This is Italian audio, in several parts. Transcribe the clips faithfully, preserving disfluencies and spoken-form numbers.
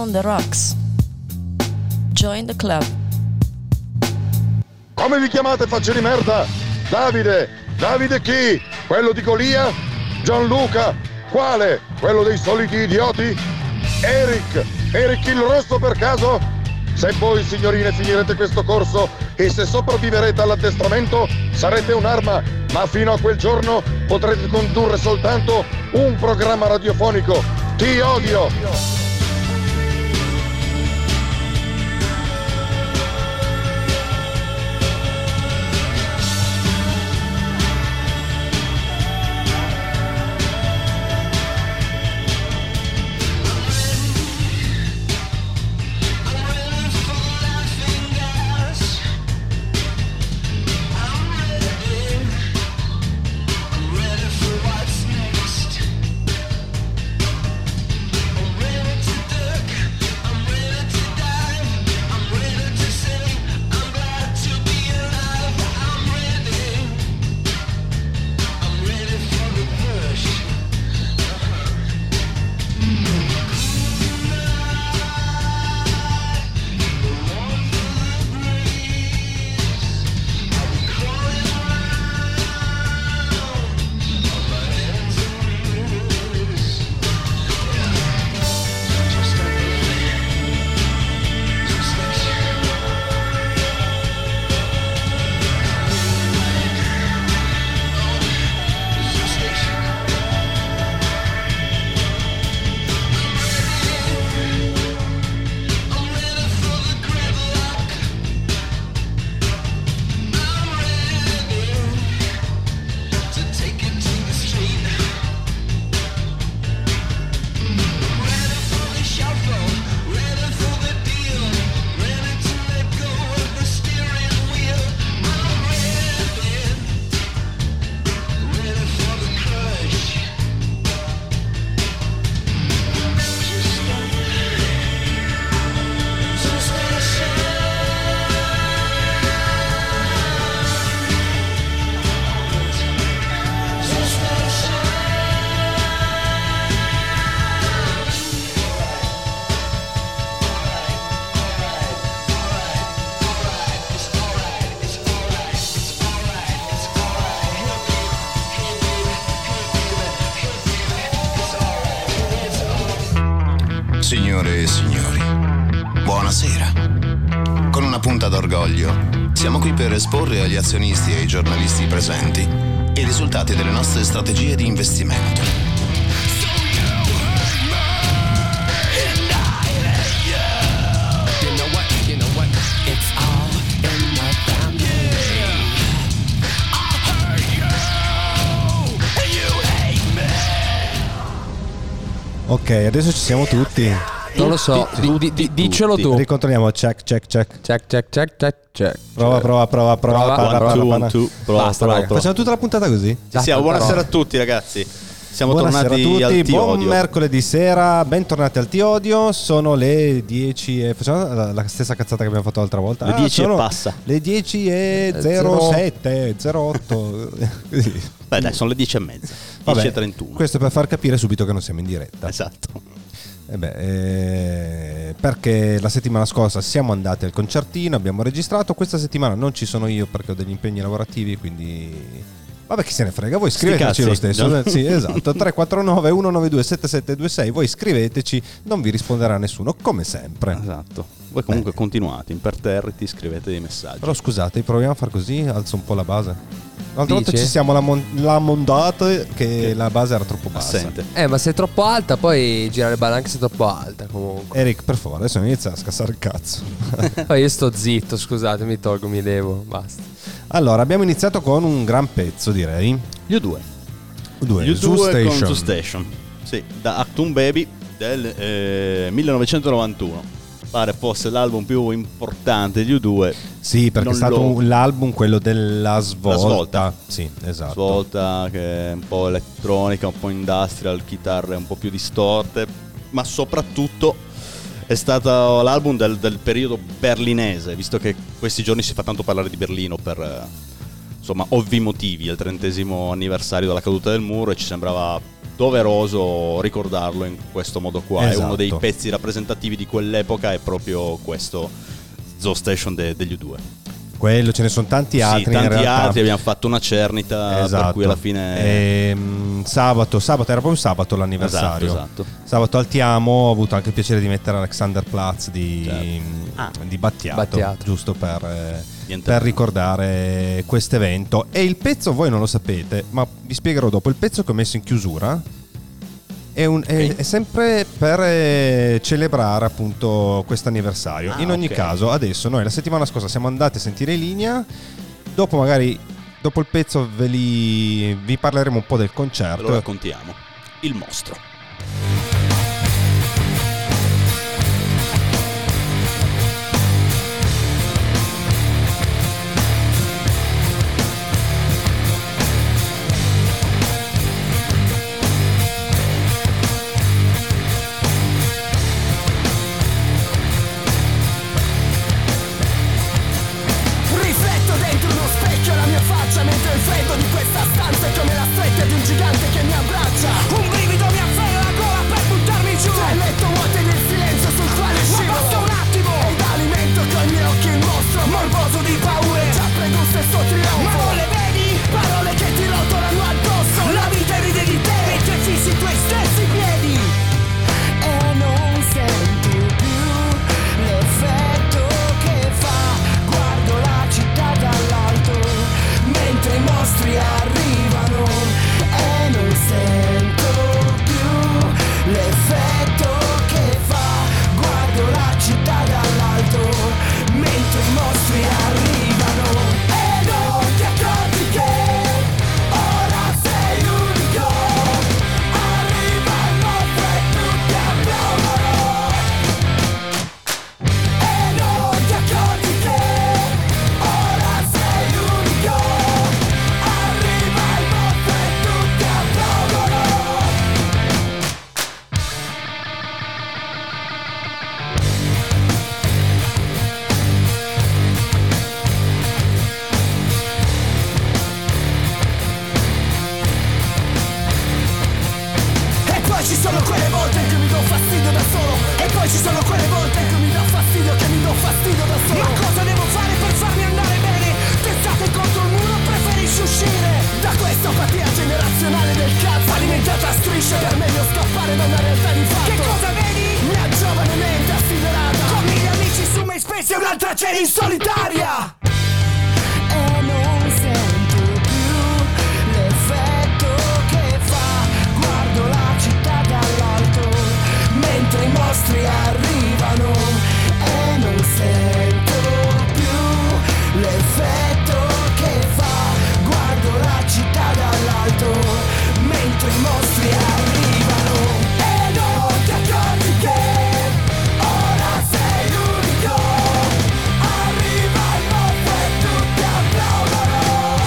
on the rocks. Join the club. Come vi chiamate, facce di merda? Davide? Davide chi? Quello di Golia? Gianluca? Quale? Quello dei soliti idioti? Eric? Eric il rosso per caso? Se voi, signorine, finirete questo corso e se sopravviverete all'addestramento, sarete un'arma, ma fino a quel giorno potrete condurre soltanto un programma radiofonico. Ti odio! Signore e signori, buonasera. Con una punta d'orgoglio, siamo qui per esporre agli azionisti e ai giornalisti presenti i risultati delle nostre strategie di investimento. Ok, adesso ci siamo tutti. Non lo so, di, di, di, dicelo tu. Ricontrolliamo, check, check, check. Check, check, check, check, check. Prova, prova, prova, prova. Prova, parla, one, parla, two, parla. one, two. Prova, Basta, prova, raga. prova. Facciamo tutta la puntata così? Ci siamo, buonasera a tutti ragazzi. Siamo Buonasera tornati a tutti, al Ti buon Odio. mercoledì sera, bentornati al Ti Odio. Sono le dieci e facciamo la, la stessa cazzata che abbiamo fatto l'altra volta. Le Ah, dieci e sono passa. Le dieci e zero sette, zero otto. Così. Beh dai, sono le dieci e mezza. Vabbè, dieci e trentuno. questo è per far capire subito che non siamo in diretta. Esatto. Eh beh, eh, perché la settimana scorsa siamo andati al concertino, abbiamo registrato. Questa settimana non ci sono io perché ho degli impegni lavorativi, quindi vabbè, chi se ne frega, voi scriveteci lo stesso, no? Sì, esatto. Tre quattro nove uno nove due sette sette due sei, voi scriveteci, non vi risponderà nessuno come sempre. Esatto. Voi comunque Beh. continuate, imperterriti, scrivete dei messaggi. Però scusate, proviamo a far così, alzo un po' la base. L'altra Dice? volta ci siamo lamondate che, che la base era troppo bassa. Assente. Eh, ma se è troppo alta, poi girare il balle anche se è troppo alta. Comunque. Eric, per favore, adesso inizia a scassare il cazzo. Poi io sto zitto, scusate, mi tolgo, mi levo, basta. Allora, abbiamo iniziato con un gran pezzo, direi. Gli U due. U due, Gli U due Zoo Station. con Zoo Station. Sì, da Actum Baby del eh, millenovecentonovantuno. Pare fosse l'album più importante degli U due. Sì, perché non è stato lo... l'album quello della svolta. La svolta. Sì, esatto. Svolta che è un po' elettronica, un po' industrial, chitarre un po' più distorte, ma soprattutto è stato l'album del, del periodo berlinese, visto che questi giorni si fa tanto parlare di Berlino per insomma ovvi motivi, il trentesimo anniversario della caduta del muro, e ci sembrava doveroso ricordarlo in questo modo qua. Esatto. È uno dei pezzi rappresentativi di quell'epoca, è proprio questo Zoo Station de- degli U due. Quello, ce ne sono tanti altri. Sì, tanti in realtà. altri, abbiamo fatto una cernita, Esatto. per cui alla fine... Ehm, sabato, sabato era proprio sabato l'anniversario. Esatto, esatto. Sabato al Tiamo ho avuto anche il piacere di mettere Alexanderplatz di, Certo. Ah. di Battiato, Battiato. giusto per, eh, Niente per male. ricordare questo evento. E il pezzo voi non lo sapete, ma vi spiegherò dopo. Il pezzo che ho messo in chiusura è, un, è- Ok. è sempre per eh, celebrare appunto questo anniversario. Ah, in ogni ok. caso, adesso noi la settimana scorsa siamo andati a sentire in linea. Dopo magari dopo il pezzo ve li, vi parleremo un po' del Ve concerto. lo raccontiamo. Il mostro. Rifletto dentro uno specchio la mia faccia, mentre il freddo di questa stanza è come la stretta di un gigante che mi abbraccia. Un brivido mi afferra la gola per buttarmi giù. Tra il letto vuoto ed il silenzio sul quale scivolo. Ma basta un attimo ed alimento con i miei occhi il mostro morboso di paure. Già pregusto il suo trionfo. Ma non le vedi? Parole che ti rotolano addosso. La vita ride di te mentre fissi i tuoi stessi piedi. E non senti più l'effetto che fa. Guardo la città dall'alto mentre i mostri arrivano. E non sento più l'effetto che fa. Guardo la città dall'alto mentre i mostri arrivano. E non ti accorgi che ora sei l'unico. Arriva il mostro e tutti applaudono. E non ti accorgi che ora sei l'unico. Arriva il mostro e tutti applaudono. E poi ci sono quelle volte in cui mi do fastidio da solo. E poi ci sono quelle volte in cui mi dà fastidio che mi do fastidio da solo. Ma cosa devo fare per farmi andare bene? Testate contro il muro, preferisci uscire da questa apatia generazionale del cazzo, alimentata a strisce per meglio scappare da una realtà di fatto. Che cosa vedi? Mia giovane mente assiderata con mille amici su MySpace e un'altra cena in solitaria. E non sento più l'effetto che fa. Guardo la città dall'alto mentre i mostri arrivano. E non sento più l'effetto che fa. Guardo la città dall'alto mentre i mostri arrivano. E non ti accorgi che ora sei l'unico. Arriva il mostro e tutti applaudono.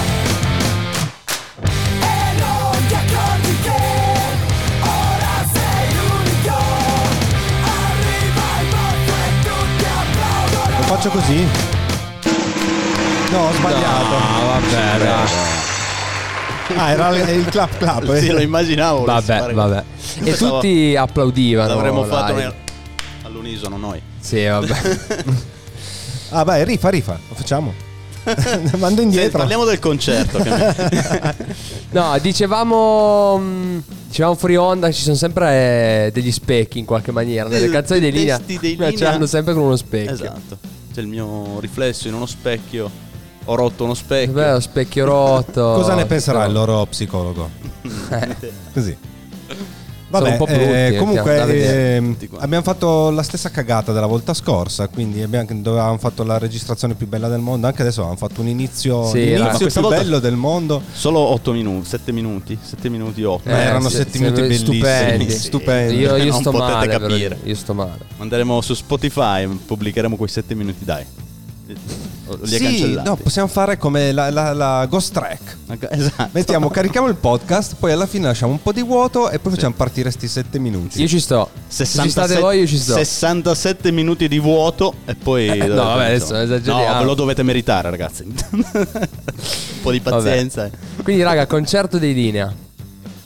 E non ti accorgi che ora sei l'unico. Arriva il mostro e tutti applaudono. Lo faccio così? No, ho sbagliato. No, vabbè, dai. Ah, era il il clap clap. eh. Sì, lo immaginavo. volessi Vabbè, fare- vabbè. E Pensavo- tutti applaudivano. L'avremmo fatto dai. nel- all'unisono noi. Sì, vabbè. Ah, vai, rifa, rifa. Lo facciamo. Mando Sì, indietro. parliamo del concerto. che- No, dicevamo mh, dicevamo fuori onda, ci sono sempre eh, degli specchi in qualche maniera. Nelle Dei- canzoni dei dei linea testi dei ce Linea. l'hanno sempre con uno specchio. Esatto. C'è il mio riflesso in uno specchio. Ho rotto uno specchio. Beh, lo specchio rotto. Cosa ne penserà il tutto. loro psicologo? Così. Sono Vabbè, un po' brutti, eh, eh, comunque da vedere. ehm, Tutti quanti. abbiamo fatto la stessa cagata della volta scorsa, quindi abbiamo, dove avevamo fatto la registrazione più bella del mondo. Anche adesso avevamo fatto un inizio, Sì, l'inizio ma più questa volta- bello del mondo. Solo otto minuti, sette minuti, sette minuti otto. Ma Eh, erano sì, sette sì, minuti bellissimi, stupendi. stupendi. Io, io Non sto potete male, capire. però, io sto male. Manderemo su Spotify, pubblicheremo quei sette minuti, dai. Li ha Sì, cancellati. no, possiamo fare come la, la- la ghost track. Esatto. Mettiamo, carichiamo il podcast, poi alla fine lasciamo un po' di vuoto e poi facciamo partire sti sette minuti. Io ci sto. Se ci state voi, io ci sto. sessantasette minuti di vuoto e poi... Eh, no, vabbè, adesso esageriamo. No, ve lo dovete meritare, ragazzi. Un po' di pazienza. eh. Quindi, raga, concerto dei linea.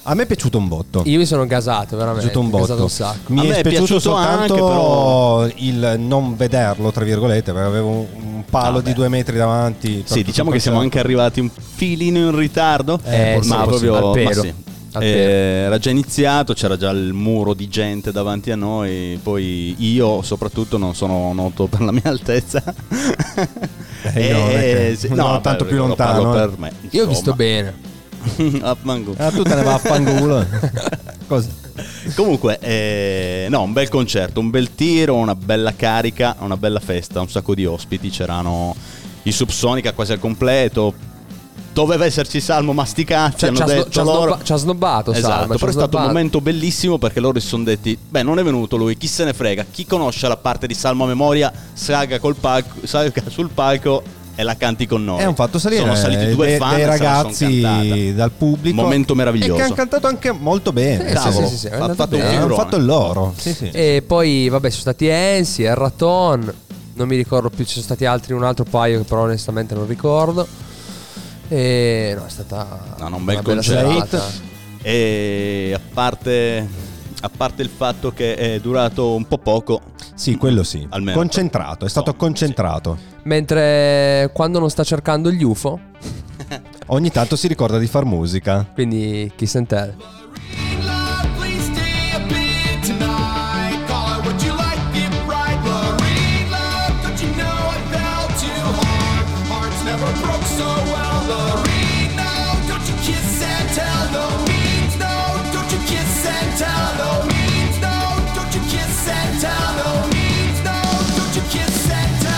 A me è piaciuto un botto. Io mi sono gasato, Mi è veramente. piaciuto un mi è gasato botto. un sacco. Mi A me è è piaciuto piaciuto soltanto anche, però- il non vederlo, tra virgolette, perché avevo un, un palo Vabbè. di due metri davanti. per Sì, tutto diciamo che il siamo concerto. anche arrivati un filino in ritardo, Eh, ma sì, proprio al pelo. ma sì. Al Eh, pelo. era già iniziato, c'era già il muro di gente davanti a noi. Poi io, soprattutto, non sono noto per la mia altezza. Eh, io non è che- sì, no, no, tanto beh, più lo lontano, parlo eh. per me, Io ho visto insomma. bene. Ah, manco. Ah, tu te ne vai a fanculo. Cosa? Comunque, eh, no, un bel concerto, un bel tiro, una bella carica, una bella festa, un sacco di ospiti. C'erano i Subsonica quasi al completo. Doveva esserci Salmo, ma sti cazzi, Cioè, hanno ci ha detto sno- ci ha loro. snobba- ci ha snobbato Esatto, Salmo, ci ha però è stato un snobbato. momento bellissimo perché loro si sono detti: beh, non è venuto lui, chi se ne frega, chi conosce la parte di Salmo a memoria salga, col palco, salga sul palco e la canti con noi. È un fatto salire Sono saliti due dei, fan dei e se la son ragazzi cantata. dal pubblico. Momento meraviglioso. E che hanno cantato anche molto bene. Sì, Cavolo, sì, sì, sì, è ha andato fatto un bene. Eh, hanno figurone. fatto il loro. Sì, sì. E poi, vabbè, sono stati Ensi, il Raton. Non mi ricordo più, ci sono stati altri, un altro paio che però onestamente non ricordo. E no, è stata No, no, un bel una bella concerto. serata. E a parte, a parte il fatto che è durato un po' poco, Sì, quello sì. Almeno. Concentrato, è stato No, concentrato. Mentre quando non sta cercando gli U F O, Ogni tanto si ricorda di far musica. quindi chi se intende. Please stay a bit tonight. Call it what you like, get right. Loreen, love, don't you know I fell too hard? Hearts never broke so well. Loreen, no, don't you kiss and tell. No means no, don't you kiss and tell. No means no, don't you kiss and tell. No means no, don't you kiss and tell.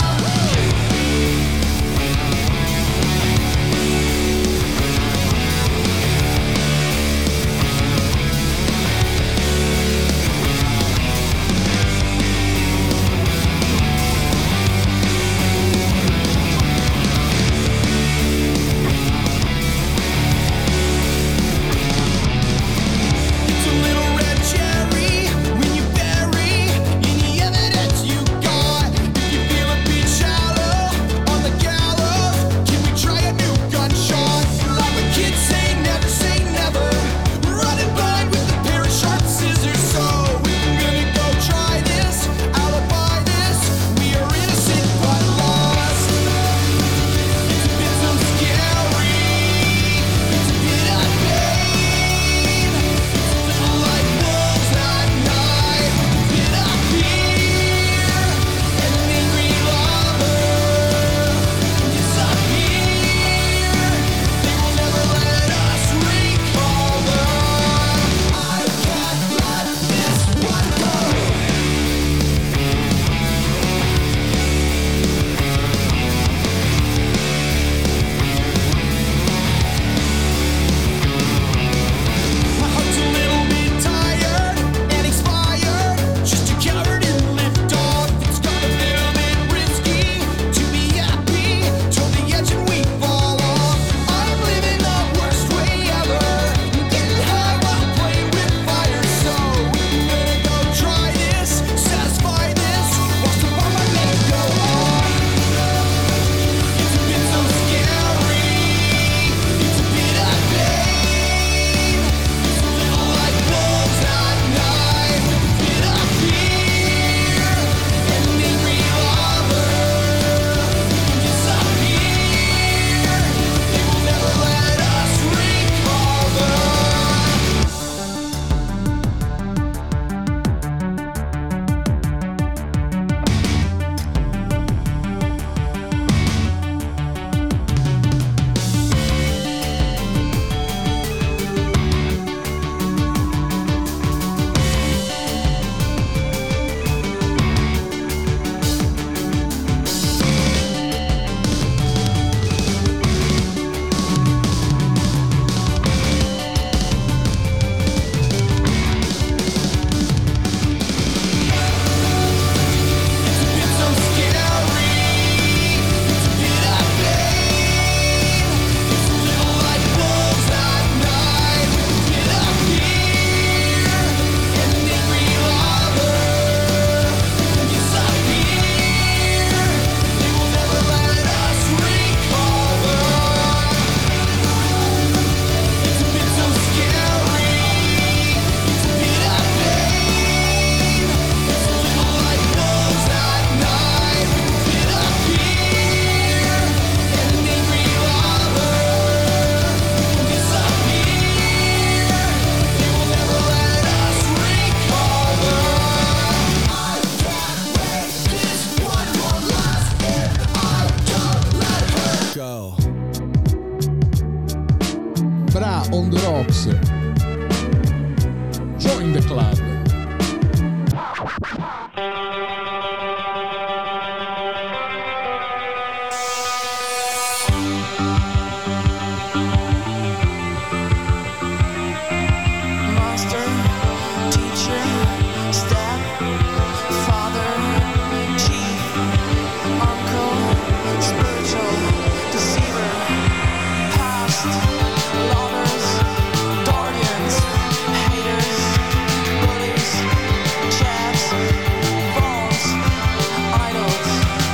Master, teacher, step, father, chief, uncle, spiritual deceiver, past, lovers, guardians, haters, bullies, chaps, phones, idols.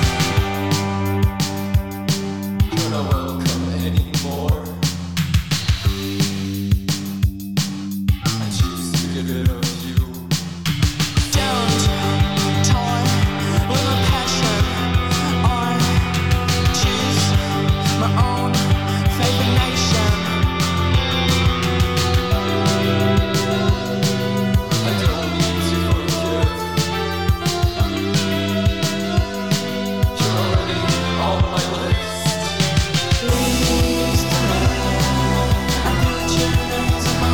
You're not welcome anymore. I choose to get rid of you. Don't toy with my passion. I choose my own favorite nation. I don't need to forgive. You're already on my list. Please I put your names on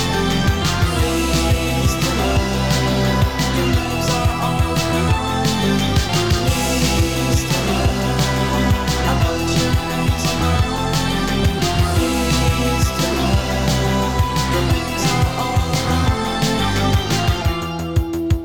Please your names are all around. Please I put your names on Please your names are all around.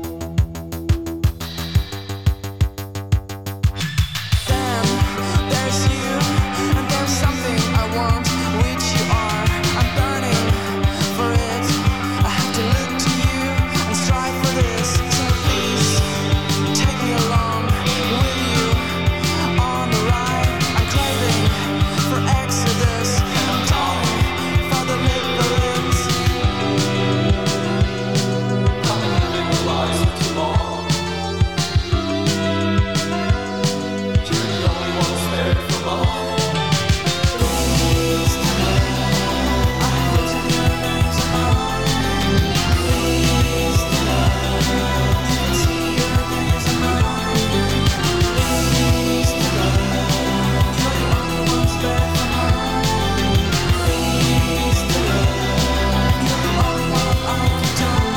Damn, there's you, and there's something I want, which you are. I'm burning for it. I have to look to you and strive for this. So please take me along with you on the ride. I'm craving for exodus. I'm dying for the liberals. I'm living the lies of tomorrow. You're the only one spared from all. Please I put your names on. Please see your names on. Please you're the only one spared from all. Please you're the only one I can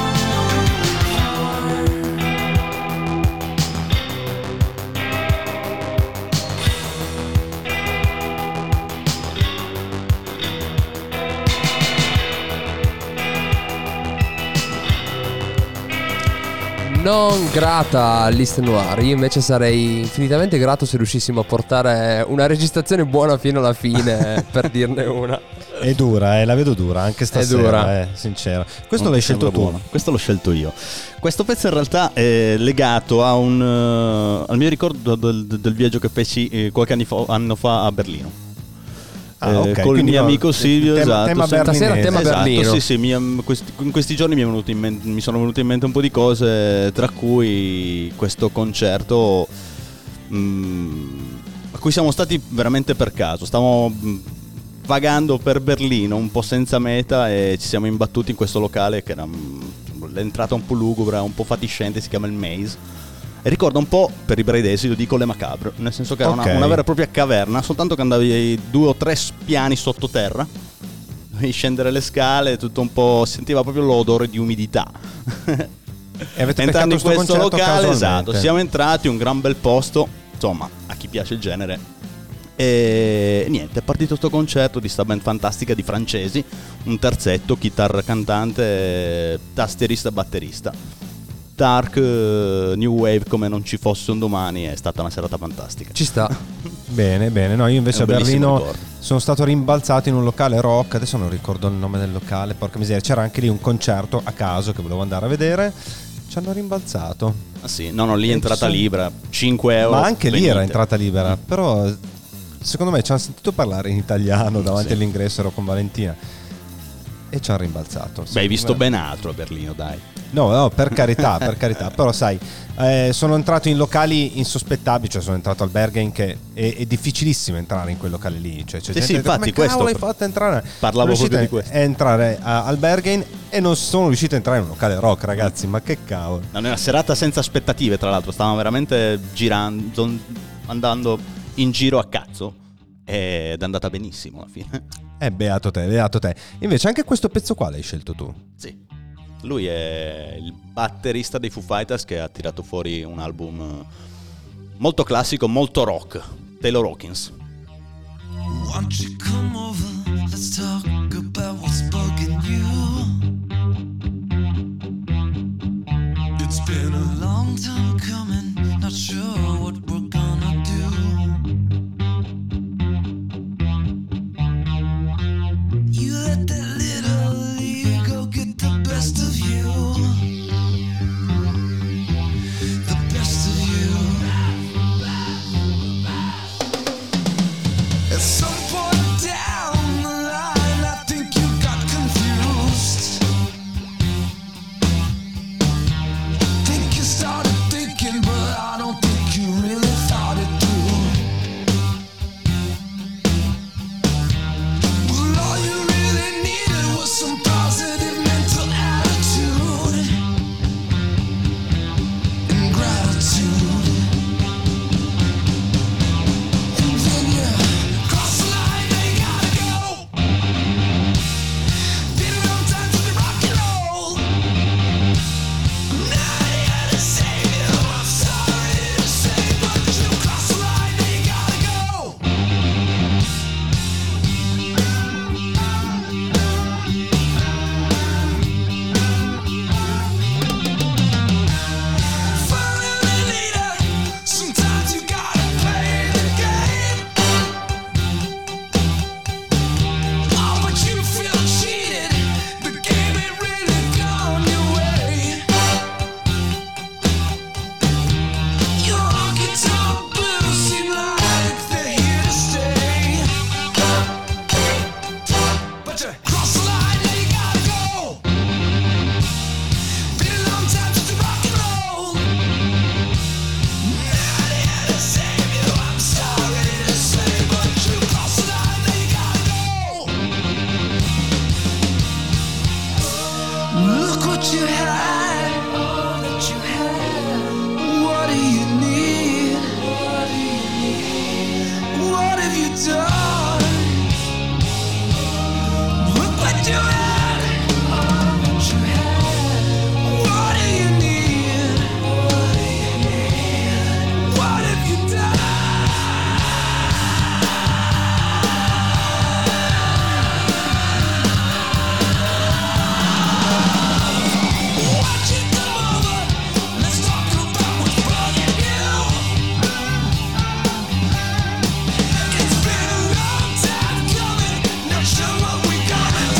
Non grata Liste Noir. Io invece sarei infinitamente grato se riuscissimo a portare una registrazione buona fino alla fine, per dirne una. È dura, eh, la vedo dura anche stasera, dura. eh, sincera. Questo Non l'hai ti scelto sembra tu. buono? Questo l'ho scelto io. Questo pezzo in realtà è legato a un, eh, al mio ricordo del, del viaggio che feci eh, qualche anni fa, anno fa a Berlino. Ah, Eh, ok, col quindi mio no, amico Silvio, tema- esatto. tema sì. Stasera berlinese. tema Esatto, Berlino. sì, sì, mi- questi, in questi giorni mi, è venuto in men- mi sono venute in mente un po' di cose, tra cui questo concerto mm, a cui siamo stati veramente per caso. Stavamo mm, vagando per Berlino un po' senza meta e ci siamo imbattuti in questo locale che era mm, l'entrata un po' lugubre, un po' fatiscente, si chiama il Maze. E ricorda un po', per i braidesi lo dico, le Macabre, nel senso che era Ok. una, una vera e propria caverna, soltanto che andavi due o tre piani sottoterra, dovevi scendere le scale, tutto un po', si sentiva proprio l'odore di umidità. E avete Entrando in beccato sto questo concerto locale, casualmente. esatto, siamo entrati, un gran bel posto, insomma, a chi piace il genere. E niente, è partito sto concerto di sta band fantastica di francesi, un terzetto, chitarra cantante, tastierista e batterista. Dark, eh, new wave come non ci fosse un domani, è stata una serata fantastica. Ci sta. Bene, bene. No, io invece È a un bellissimo Berlino ricordo. sono stato rimbalzato in un locale rock. Adesso non ricordo il nome del locale, porca miseria. C'era anche lì un concerto a caso che volevo andare a vedere. Ci hanno rimbalzato. Ah sì, no, no, lì è E entrata ci sono- libera, cinque euro. Ma anche lì venite. era entrata libera. Però secondo me ci hanno sentito parlare in italiano davanti Sì. all'ingresso, ero con Valentina. E ci hanno rimbalzato. Beh, hai visto Secondo me- ben altro a Berlino, dai. No, no, per carità, per carità. Però sai, eh, sono entrato in locali insospettabili, cioè sono entrato al Berghain, che è, è difficilissimo entrare in quel locale lì. Cioè, c'è Sì, gente sì, che dice, infatti, come questo- cavolo hai fatto a entrare? Parlavo Sono proprio di riuscito questo. a entrare a- al Berghain e non sono riuscito a entrare in un locale rock, ragazzi, ma che cavolo. Non è una serata senza aspettative, tra l'altro, stavamo veramente girando, andando in giro a cazzo ed è andata benissimo alla fine. Eh, beato te, beato te. Invece anche questo pezzo qua l'hai scelto tu. Sì. Lui è il batterista dei Foo Fighters che ha tirato fuori un album molto classico, molto rock, Taylor Hawkins. Won't you come over, let's talk about what's bugging you. It's been a long time coming, not sure what we're gonna do. You let that little ego get the best of you. The best of you. At some point down the line, I think you got confused. Think you started thinking, but I don't think you really thought it through. Well, all you really needed was some positive mental attitude and gratitude. And then you cross the line, now you gotta go. Been a long time to be rock and roll. Now you gotta save you. I'm sorry to say, but you cross the line, now you gotta go. Follow the leader. Sometimes you gotta play the game. Oh, but you feel cheated. The game ain't really gone your way. Your honky-tonk blues seem like they're here to stay. But you cross the line, now you gotta go. Been a long time since you rock and roll. Not here to save you, I'm sorry to say, but you cross the line, now you gotta go. Look what you had, all that you had. What do you need? What do you need? What have you done? Look what you had, all that you had. What do you need? What do you need? What have you done? Watch it come over. Let's talk about what's bugging you. It's been a long time coming. Not sure what we gonna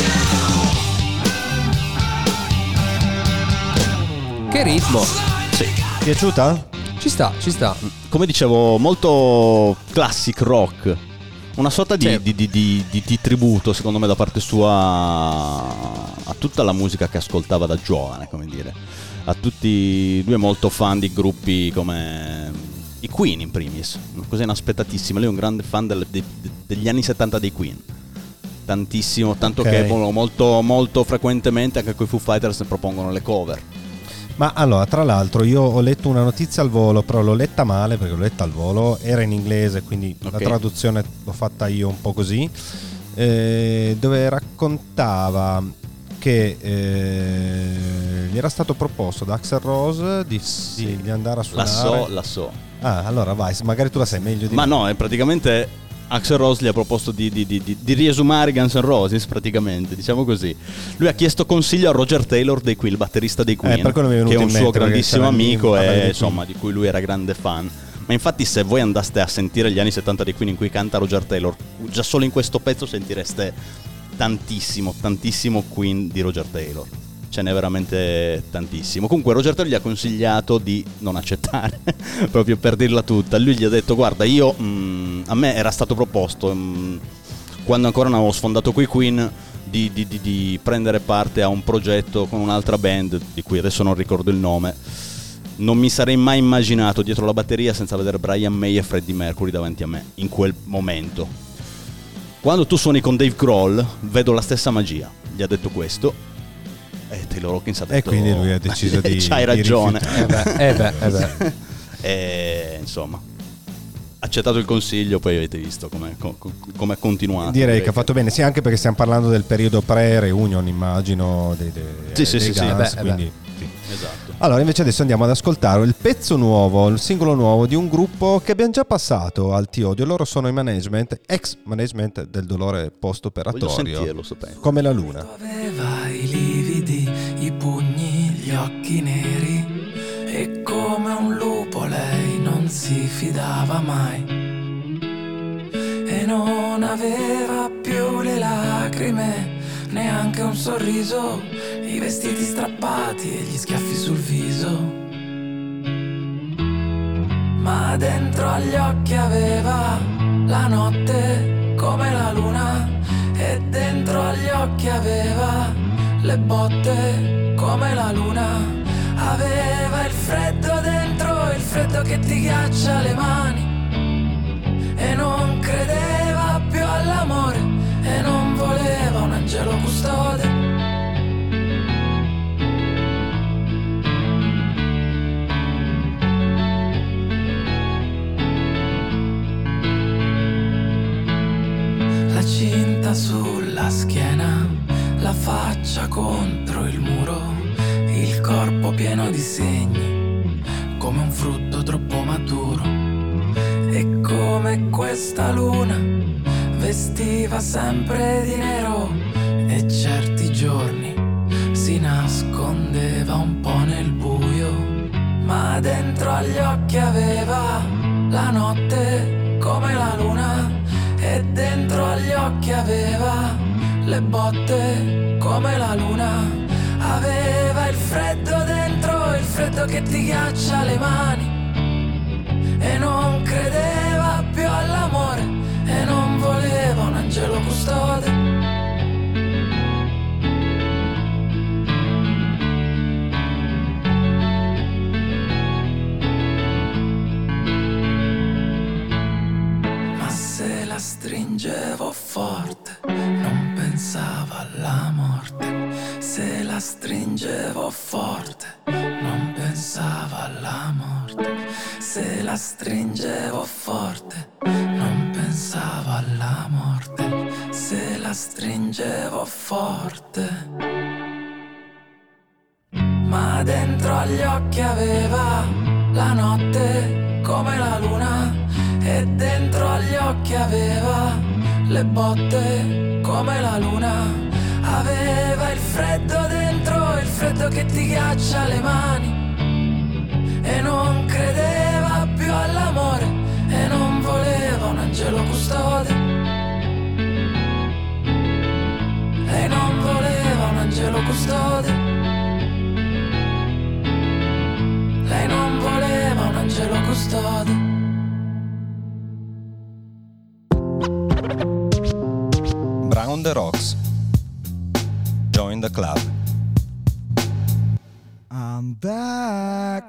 do. Che ritmo. Sì. Piaciuta? Ci sta, ci sta. Come dicevo, molto classic rock. Una sorta di, Sì. di- di- di- di- di tributo, secondo me, da parte sua a tutta la musica che ascoltava da giovane, come dire. A tutti, lui è molto fan di gruppi come i Queen in primis, una cosa inaspettatissima. Lui è un grande fan del- de- de- degli anni settanta dei Queen. Tantissimo, tanto Ok. che molto, molto frequentemente anche coi Foo Fighters ne propongono le cover. Ma allora, tra l'altro, io ho letto una notizia al volo, però l'ho letta male perché l'ho letta al volo, era in inglese, quindi la Ok. traduzione l'ho fatta io un po' così, eh, dove raccontava che eh, gli era stato proposto da Axl Rose di, di- di andare a La suonare. so, la so. Ah, allora vai, magari tu la sai meglio di Ma me. no, è praticamente Axl Rose gli ha proposto di, di, di, di, di riesumare Guns N' Roses, praticamente, diciamo così. Lui ha chiesto consiglio a Roger Taylor dei Queen, il batterista dei Queen, Eh, per quello mi è che venuto è un in suo mente, perché grandissimo c'era amico il- parlare e dei insomma di cui lui era grande fan. Ma infatti se voi andaste a sentire gli anni settanta dei Queen in cui canta Roger Taylor, già solo in questo pezzo sentireste tantissimo, tantissimo Queen di Roger Taylor. Ce n'è veramente tantissimo. Comunque Roger Taylor gli ha consigliato di non accettare, proprio per dirla tutta. Lui gli ha detto: guarda, io mh, a me era stato proposto mh, quando ancora non avevo sfondato coi Queen di, di, di, di prendere parte a un progetto con un'altra band di cui adesso non ricordo il nome. Non mi sarei mai immaginato dietro la batteria senza vedere Brian May e Freddie Mercury davanti a me in quel momento. Quando tu suoni con Dave Grohl vedo la stessa magia. Gli ha detto questo e Taylor Hawkins ha detto: E quindi lui ha deciso di c'hai di ragione. rifiutare. Eh beh, eh beh, eh beh. E insomma, accettato il consiglio, poi avete visto come è continuato. Direi che ha fatto bene, sì, anche perché stiamo parlando del periodo pre-reunion, immagino, dei, dei, sì, sì, dei sì, Guns, sì, quindi, beh, sì. Esatto. Allora, invece adesso andiamo ad ascoltare il pezzo nuovo, il singolo nuovo di un gruppo che abbiamo già passato al T-Odio. Loro sono i management, ex management del dolore post-operatorio. Voglio sentirlo, sto pezzo. Come la luna. Aveva i lividi, i pugni, gli occhi neri, e come un lupo lei non si fidava mai, e non aveva più le lacrime, neanche un sorriso, i vestiti strappati e gli schiaffi sul viso. Ma dentro agli occhi aveva la notte come la luna, e dentro agli occhi aveva le botte come la luna. Aveva il freddo dentro, il freddo che ti ghiaccia le mani, e non credeva più all'amore, e non voleva un angelo custode. La cinta sulla schiena, la faccia contro il muro, il corpo pieno di segni, come un frutto troppo maturo. E come questa luna vestiva sempre di nero, e certi giorni si nascondeva un po' nel buio. Ma dentro agli occhi aveva la notte come la luna, e dentro agli occhi aveva le botte come la luna. Aveva il freddo dentro, il freddo che ti ghiaccia le mani, e non credeva più all'amore, e non voleva un angelo custode. Ma se la stringevo forte, non pensava alla morte. Se la stringevo forte, non pensava alla morte. Se la stringevo forte, non pensava alla morte. Se la stringevo forte. Ma dentro agli occhi aveva la notte come la luna, e dentro agli occhi aveva le botte come la luna. Aveva il freddo dentro, il freddo che ti ghiaccia le mani, e non credeva più all'amore, e non voleva un angelo custode. Lei non voleva un angelo custode. Lei non voleva un angelo custode. Brown the Rocks. Join the club. I'm back.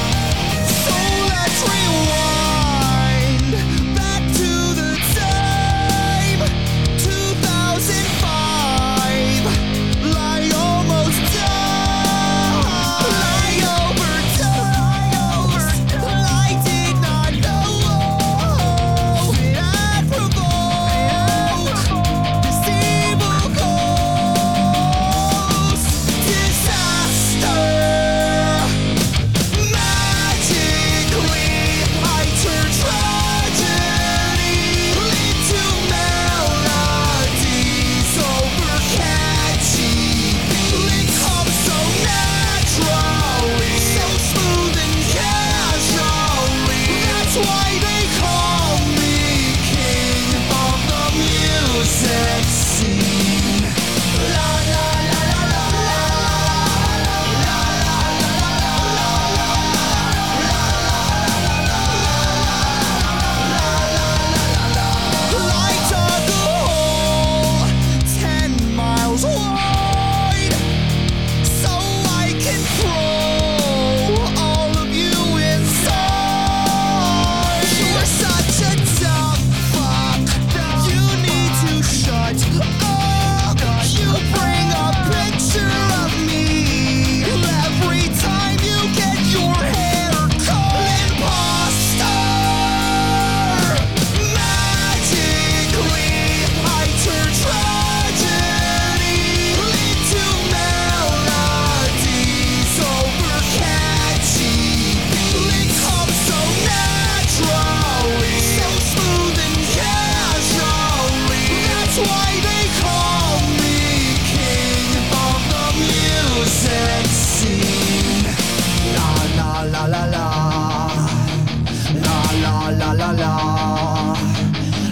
So let's rewind back to the time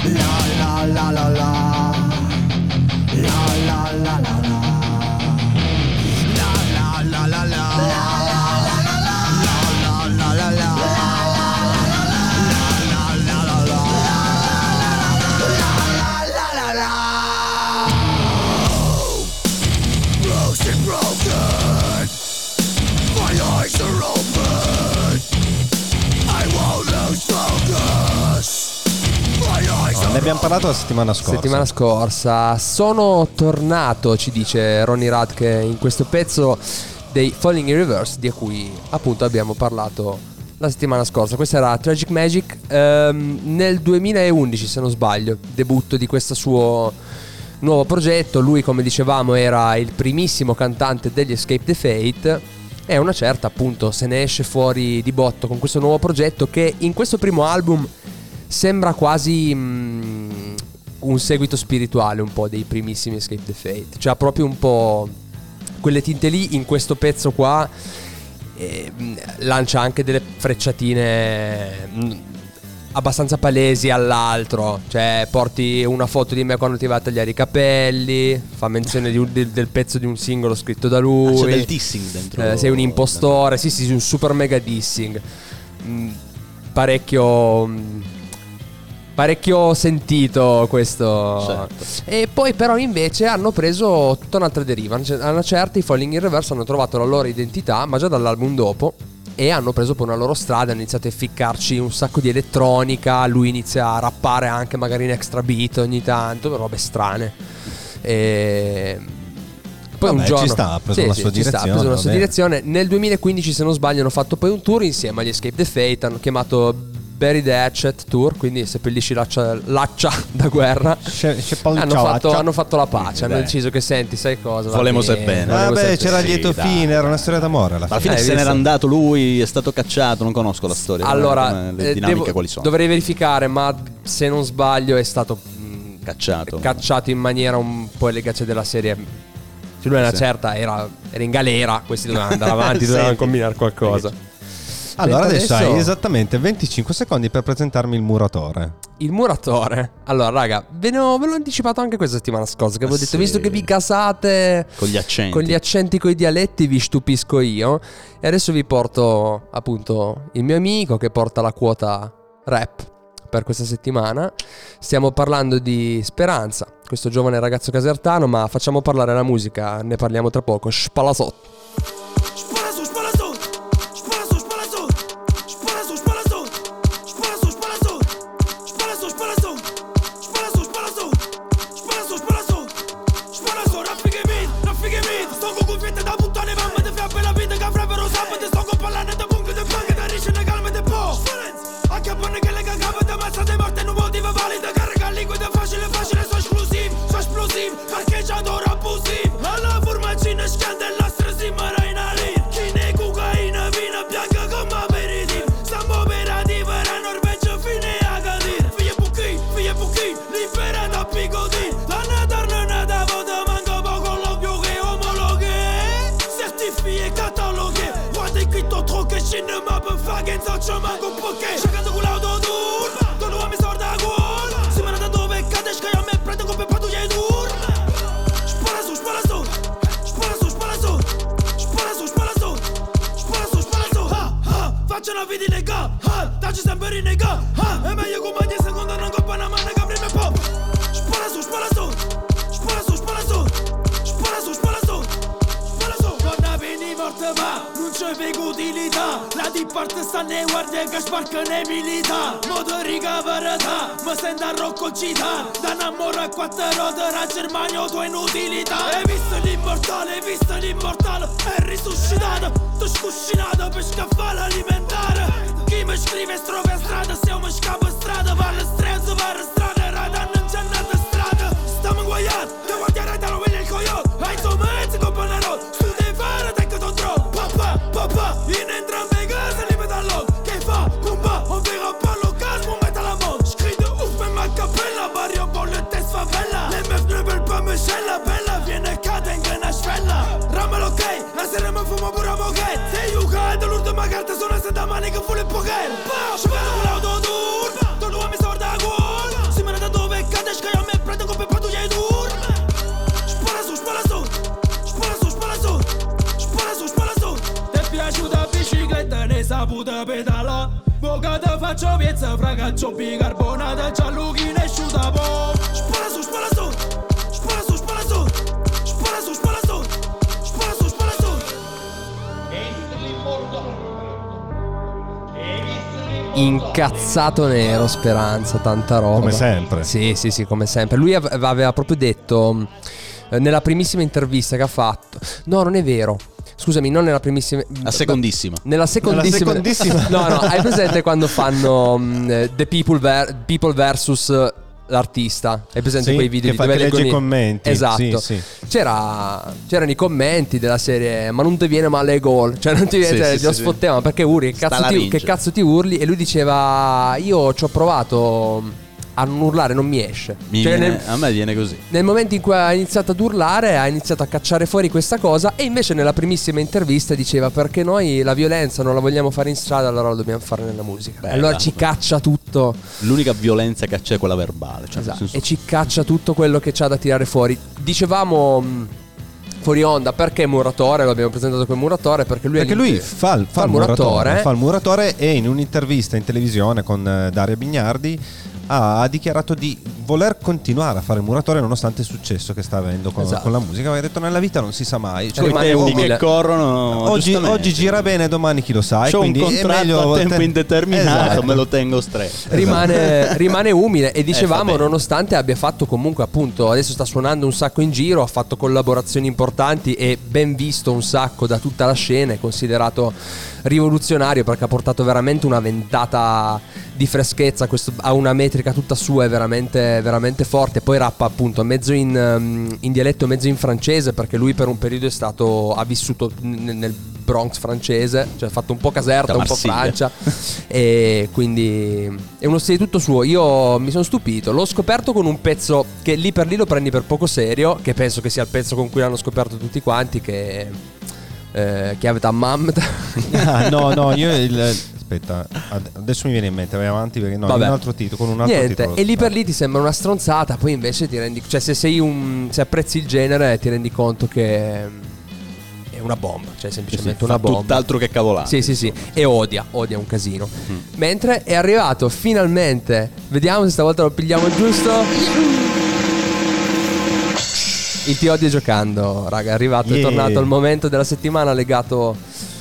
La la la la la. La la la la la. La la la la la. Ne abbiamo parlato la settimana scorsa. Settimana scorsa sono tornato, ci dice Ronnie Radke in questo pezzo dei Falling in Reverse, di cui appunto abbiamo parlato la settimana scorsa. Questa era Tragic Magic, ehm, nel duemilaundici se non sbaglio, debutto di questo suo nuovo progetto. Lui, come dicevamo, era il primissimo cantante degli Escape the Fate e una certa appunto se ne esce fuori di botto con questo nuovo progetto che in questo primo album sembra quasi mm, un seguito spirituale un po' dei primissimi Escape the Fate. Cioè proprio un po' quelle tinte lì. In questo pezzo qua eh, lancia anche delle frecciatine mm, abbastanza palesi all'altro. Cioè porti una foto di me quando ti vai a tagliare i capelli, fa menzione di un, del, del pezzo di un singolo scritto da lui. Ah, c'è del dissing dentro. eh, Sei un impostore. Sì sì, un super mega dissing. mm, Parecchio mm, parecchio sentito questo, certo. E poi però invece hanno preso tutta un'altra deriva. A una certa i Falling in Reverse hanno trovato la loro identità, ma già dall'album dopo, e hanno preso poi una loro strada. Hanno iniziato a ficcarci un sacco di elettronica. Lui inizia a rappare anche magari in extra beat ogni tanto, per robe strane. E poi Vabbè, un giorno ci sta, ha preso sì, la sì, sua ci sta, direzione, ha preso la va sua bene. direzione. Nel duemilaquindici se non sbaglio hanno fatto poi un tour insieme agli Escape the Fate. Hanno chiamato Bury the Hatchet Tour, quindi seppellisci l'accia, l'accia da guerra. C'è, c'è poi hanno, fatto, hanno fatto la pace, hanno Beh. deciso che senti, sai cosa? va Volemo se bene, bene. volemo Vabbè, se c'era bene. lieto Sì, dai. fine, era una storia d'amore alla Alla fine. fine Eh, se visto? n'era andato lui, è stato cacciato, non conosco la storia. Allora, come- le eh, dinamiche devo- quali sono? dovrei verificare, ma se non sbaglio è stato mh, Cacciato. cacciato in maniera un po' elegante della serie. Se lui è una Sì. certa, era, era in galera, questi dovevano andare avanti, Senti. dovevano combinare qualcosa. Allora Mentre adesso, adesso- hai esattamente venticinque secondi per presentarmi il muratore. Il muratore. Allora, raga, ve, ne ho- ve l'ho anticipato anche questa settimana scorsa. Che avevo Ah, detto, sì. visto che vi casate Con gli accenti. con gli accenti, coi dialetti, vi stupisco io. E adesso vi porto appunto il mio amico che porta la quota rap per questa settimana. Stiamo parlando di Speranza, questo giovane ragazzo casertano, ma facciamo parlare la musica, ne parliamo tra poco. Spalasotto. Spara su, spara su, spara su, spara su, spara su, spara su, spara su, spara su, spara su, spara su, spara su, spara su, spara su, spara su, spara su, raffiche mid, raffiche mid, sto con cuffiette da puttane, mamma te fai bella vita che avrebbero sabato, sto con pallane da punche, da banche, da risce, da calme, da po'. A capanne che le cagava, da mazzate morte, non motiva valida, carica liquida, facile, facile, so esclusiv, so esplosiv, parcheggiato abusiv, alla formaggine scandella, stresi, maraina lì, chine, cocaina, vina bianca come aperitivo, stiamo operativo, era Norvegia fine a Gadir, figlie buchi, figlie buchi, libera da picodin, la nata non è da voto, manco poco l'ovvio che omologhe, certifié, cataloghe, guarda qui t'ho trop che scende ma per fare che non manco un poche, cercando con l'autotune, tu non mi sorda a gol, si me ne da dove cade, scaglia me prende come patuglia e dur, spara su, spara su, spara su, spara su, spara su, spara su, spara su, spara su, ha, ha, faccio una vita nega, ha, dacci sempre in nega, ha, è meglio come ogni seconda non coppa una mano che prima pop, spara su, spara su, spara su, spara su, spara su, spara su, spara su, donna veni morte va, non c'è vega utilità, la di parte sta nei guardie che sbarca nei milita, motorica verata, mi sento a Rocco Città, da innamoro a quattro ruote, la Germania tua inutilità, hai visto l'immortale, hai visto l'immortale, è risuscitato, tu scuscinato per scaffale alimentare, chi mi scrive strofe a strada, se io mi scappo a strada, parla strezzo, parla strada, rada non c'è nata strada, stiamo inguaiati, devo guardare da lo vede il coyote, hai tuo mezzo con panero, tu devi fare te che t'ho troppo, papà, papà, in entrambe le case li metallo, che fa, compa, ovvero parlo casmo, metta la mo, scrive uff per ma cappella, barrio bolle te sfavella, le meuf ne veulent pas me scella, bella, viene cade in grena svella, rammelo ok, la sera mi fumo pure a moquette, se yuca, dell'ultima carta sono stata mani che vuole poker, scivolo con l'autotune, tu lo mi sorda a gol, faccio piezza, fragaccio bicarbonata, gialluchina e asciutta po'. Spara su, spara su, spara su, spara su, spara su, spara su, spara su, spara su. Incazzato nero Speranza, tanta roba. Come sempre. Sì, sì, sì, come sempre. Lui ave- aveva proprio detto eh, nella primissima intervista che ha fatto. No, non è vero. Scusami, non nella primissima. La secondissima. Nella secondissima. Nella secondissima. No, no, hai presente quando fanno um, The People, ver- People versus l'artista? Hai presente Sì, quei video che di fa- dove che legge leggono i commenti. Esatto. Sì, sì. C'era, c'erano i commenti della serie ma non ti viene male il gol. Cioè non ti viene, Sì, cioè, sì, lo sì, sfottevano perché urli, che Sta cazzo, la ti, ringe. che cazzo ti urli? E lui diceva io ci ho provato a non urlare, non mi esce. Mi Cioè, viene- nel, A me viene così. nel momento in cui ha iniziato ad urlare ha iniziato a cacciare fuori questa cosa. E invece nella primissima intervista diceva perché noi la violenza non la vogliamo fare in strada, allora la dobbiamo fare nella musica. Bella. Allora ci caccia tutto. L'unica violenza che c'è è quella verbale. Cioè, nel Esatto. senso- E ci caccia tutto quello che c'ha da tirare fuori. Dicevamo mh, fuori onda perché muratore, lo abbiamo presentato come muratore perché lui, Perché è lui fa, il- fa fa il il muratore, muratore. fa il muratore e in un'intervista in televisione con eh, Daria Bignardi ha, ha dichiarato di voler continuare a fare il muratore nonostante il successo che sta avendo con, Esatto. con la musica. Aveva detto nella vita non si sa mai. Cioè, Coi rimane tempi umile. che corrono. oggi, giustamente. oggi gira bene, domani chi lo sa. e C'ho un quindi è contratto meglio a tempo te- indeterminato, Esatto. me lo tengo stretto. Rimane, rimane umile e Eh, dicevamo fa bene. nonostante abbia fatto comunque appunto adesso sta suonando un sacco in giro, ha fatto collaborazioni importanti e ben visto un sacco da tutta la scena, è considerato rivoluzionario perché ha portato veramente una ventata di freschezza, questo, ha una metrica tutta sua, è veramente, veramente forte. Poi rappa appunto mezzo in, um, in dialetto, mezzo in francese perché lui per un periodo è stato, ha vissuto n- nel Bronx francese, cioè ha fatto un po' Caserta, Da un po' Marsiglia. Francia e quindi è uno stile tutto suo. Io mi sono stupito, l'ho scoperto con un pezzo che lì per lì lo prendi per poco serio, che penso che sia il pezzo con cui l'hanno scoperto tutti quanti, che eh, che avete a Mamda. Ah, no, no, io il, aspetta, ad- adesso mi viene in mente, vai avanti perché no, Vabbè. un altro titolo, con un altro Niente, titolo. e lì per lì ti sembra una stronzata, poi invece ti rendi, cioè se sei un, se apprezzi il genere ti rendi conto che è una bomba, cioè semplicemente Sì, una fa bomba. tutt'altro che cavolate. Sì, sì, sì, e odia, odia un casino. Mentre è arrivato finalmente, vediamo se stavolta lo pigliamo giusto. Il Ti odio giocando, raga, è arrivato, è Yeah. tornato il momento della settimana legato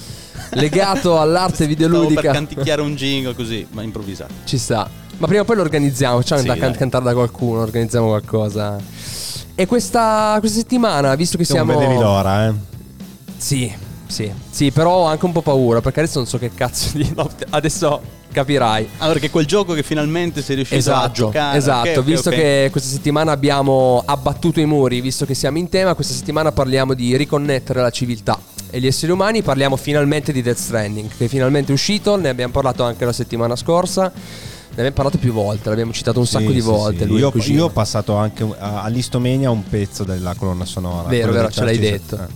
legato all'arte Stavo videoludica. per canticchiare un jingle così, ma improvvisato. Ci sta. Ma prima o poi lo organizziamo, facciamo Sì, da can- dai. cantare da qualcuno, organizziamo qualcosa. E questa, questa settimana, visto che Tu non siamo... vedevi l'ora, eh? Sì, sì, sì, però ho anche un po' paura, perché adesso non so che cazzo di... no, adesso capirai. Ah, perché quel gioco che finalmente sei riuscito a Esatto, giocare. esatto. Ok, ok, Visto ok. che questa settimana abbiamo abbattuto i muri, visto che siamo in tema, questa settimana parliamo di riconnettere la civiltà e gli esseri umani. Parliamo finalmente di Death Stranding, che è finalmente uscito, ne abbiamo parlato anche la settimana scorsa. Ne abbiamo parlato più volte, l'abbiamo citato un sacco Sì, di sì, volte. sì. Lui e Io, il cugino. io ho passato anche un- a- all'Istomania un pezzo della colonna sonora. Vero, quello vero, di ce l'hai Churchill. detto.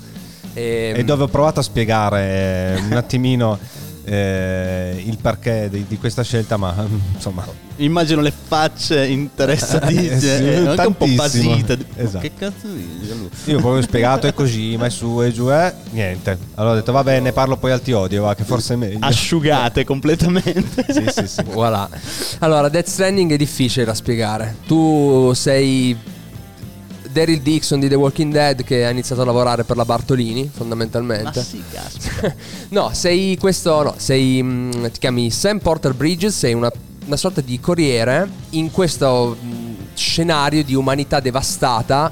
Eh. Ehm, E dove ho provato a spiegare un attimino eh, il perché di, di questa scelta, ma insomma. Immagino le facce interessatissime, Eh, sì, eh, anche un po' tantissimo. basite. Esatto. Che cazzo dici? Gianluca? Io ho proprio spiegato è così, ma è su e giù è niente. Allora ho detto vabbè, ne parlo poi al Ti odio, va, che forse è meglio. Asciugate completamente. Sì, sì, sì. Voilà. Allora, Death Stranding è difficile da spiegare. Tu sei Daryl Dixon di The Walking Dead che ha iniziato a lavorare per la Bartolini, fondamentalmente. Ma sì, caspita. No, sei questo, no, sei mh, ti chiami Sam Porter Bridges, sei una, una sorta di corriere in questo mh, scenario di umanità devastata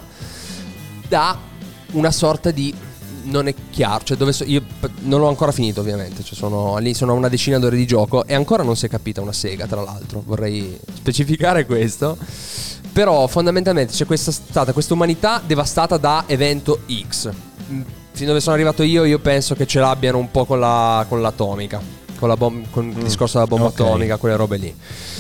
da una sorta di non è chiaro, cioè dove so, io p- non l'ho ancora finito ovviamente, cioè sono lì, sono a una decina d'ore di gioco e ancora non si è capita una sega, tra l'altro, vorrei specificare questo. Però fondamentalmente c'è questa stata questa umanità devastata da evento X. Mm, Fin dove sono arrivato io, io penso che ce l'abbiano un po' con la con l'atomica, con, la bom- con il discorso della bomba ok. atomica, quelle robe lì.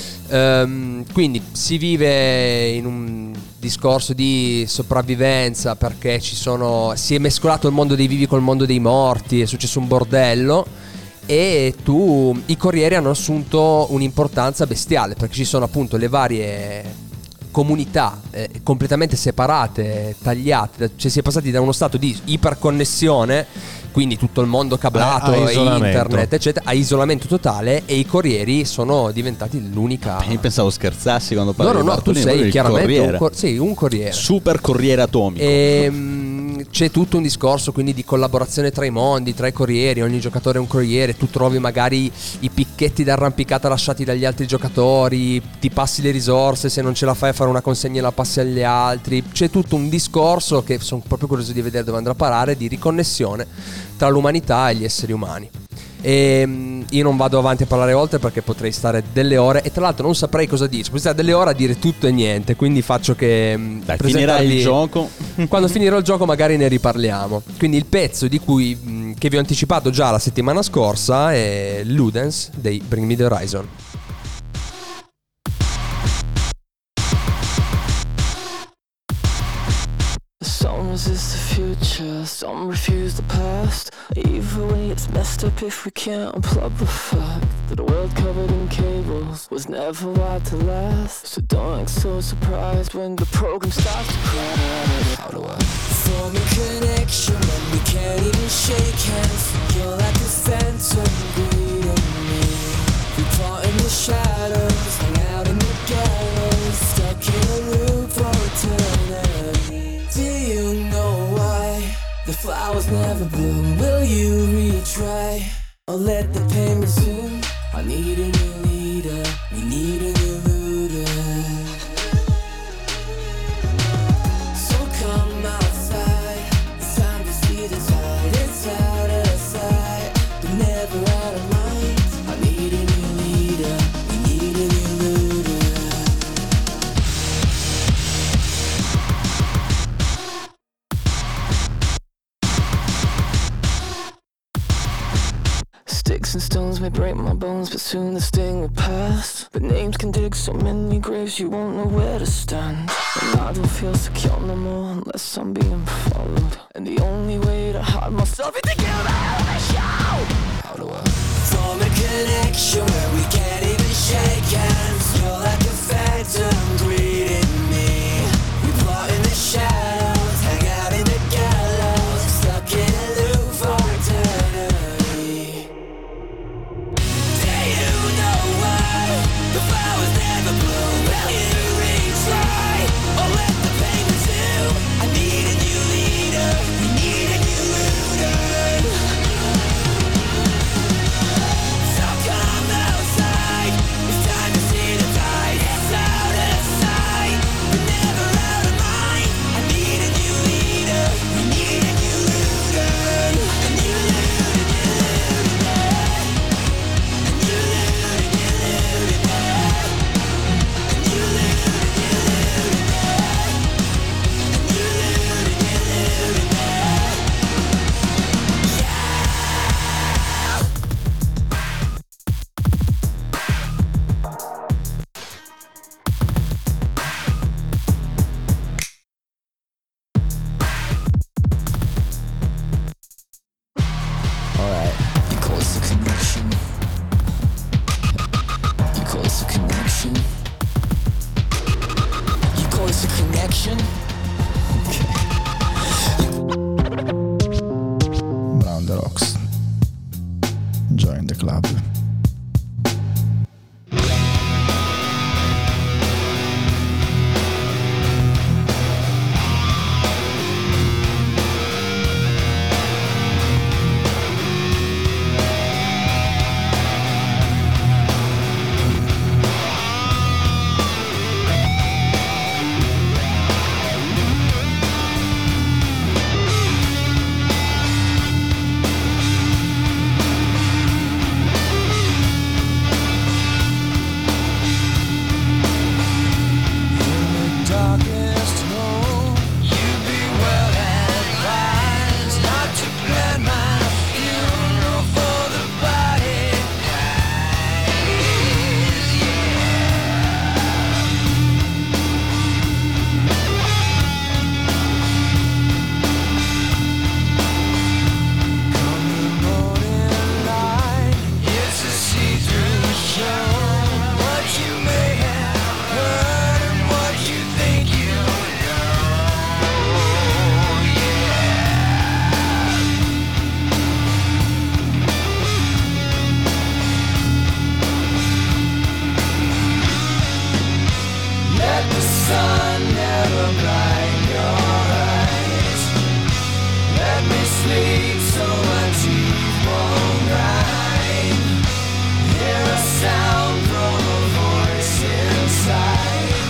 Ehm, quindi si vive in un discorso di sopravvivenza perché ci sono si è mescolato il mondo dei vivi col mondo dei morti, è successo un bordello e tu i corrieri hanno assunto un'importanza bestiale perché ci sono appunto le varie comunità eh, completamente separate, tagliate, cioè si è passati da uno stato di iperconnessione quindi tutto il mondo cablato, A- a e isolamento. internet eccetera, a isolamento totale, e i corrieri sono diventati l'unica. Io pensavo scherzassi quando No, parlavi no, di no, tu Bartolini, sei proprio il chiaramente un, corriere. cor- sì, un corriere. Super corriere atomico. Ehm, c'è tutto un discorso quindi di collaborazione tra i mondi, tra i corrieri, ogni giocatore è un corriere, tu trovi magari i picchetti d'arrampicata lasciati dagli altri giocatori, ti passi le risorse, se non ce la fai a fare una consegna la passi agli altri, c'è tutto un discorso che sono proprio curioso di vedere dove andrà a parare, di riconnessione tra l'umanità e gli esseri umani. E io non vado avanti a parlare oltre perché potrei stare delle ore, e tra l'altro non saprei cosa dire, potrei stare delle ore a dire tutto e niente, quindi faccio che Dai, finirà il presentarvi- gioco. quando finirò il gioco magari ne riparliamo. Quindi il pezzo di cui mh, che vi ho anticipato già la settimana scorsa è Ludens dei Bring Me The Horizon. Some resist the future, some refuse the past. Either way it's messed up if we can't unplug the fact that a world covered in cables was never wired to last. So don't act so surprised when the program starts to crash. How do I form a connection when we can't even shake hands? You're like a phantom greeting me. We part in the shadows, hang out in the gallows, stuck in a loop for eternity. Do you know why the flowers never bloom? Will you retry or let the pain resume? I need a new leader, we need a new looter. So come outside, it's time to see the tide. It's out of sight, but never out of mind. I need a new leader, we need a new looter. Sticks and stones may break my bones, but soon the sting will pass. But names can dig so many graves you won't know where to stand. And I don't feel secure no more unless I'm being followed. And the only way to hide myself is to give out on the show. How do I form a connection where we can't even shake hands? You're like a phantom greeting me. We plot in the shadows, hang out in the gallows, stuck in a loop for eternity. Do you know why the flowers never bloom? Will you retry or let the pain resume? I need a new leader, we need a new looter. So come outside, it's time to see the sun never blind your eyes. Let me sleep so my teeth won't grind. Hear a sound from a voice inside.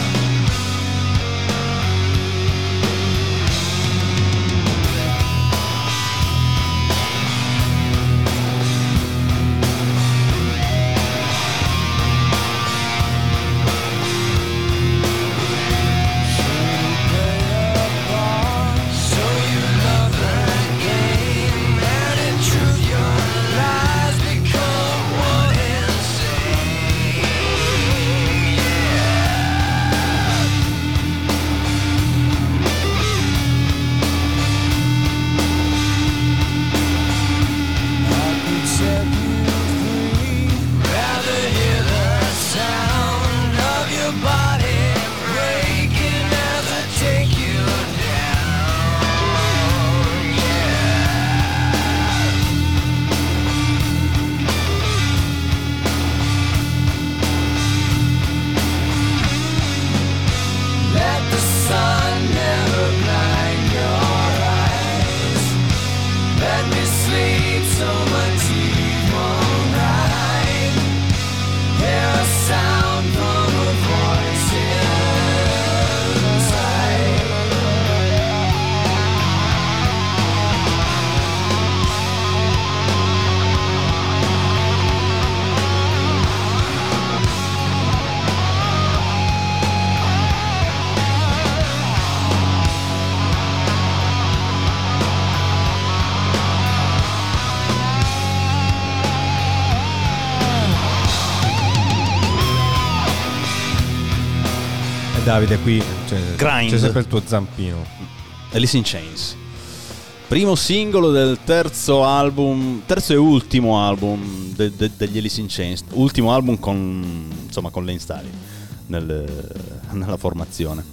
Davide qui cioè, Grind. c'è sempre il tuo zampino. Alice in Chains, primo singolo del terzo album, terzo e ultimo album de- de- degli Alice in Chains, ultimo album con, insomma, con Lane Staley nel, nella formazione.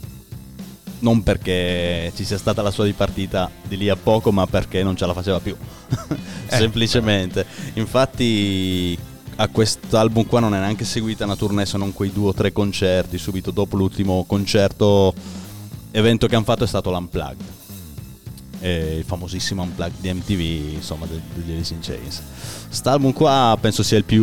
Non perché ci sia stata la sua dipartita di lì a poco, ma perché non ce la faceva più. Semplicemente. Infatti a quest'album qua non è neanche seguita una tournée, se non quei due o tre concerti subito dopo l'ultimo concerto. Evento che hanno fatto è stato l'Unplugged, eh, il famosissimo Unplugged di M T V, insomma, de- degli Alice in Chains. Quest'album qua penso sia il più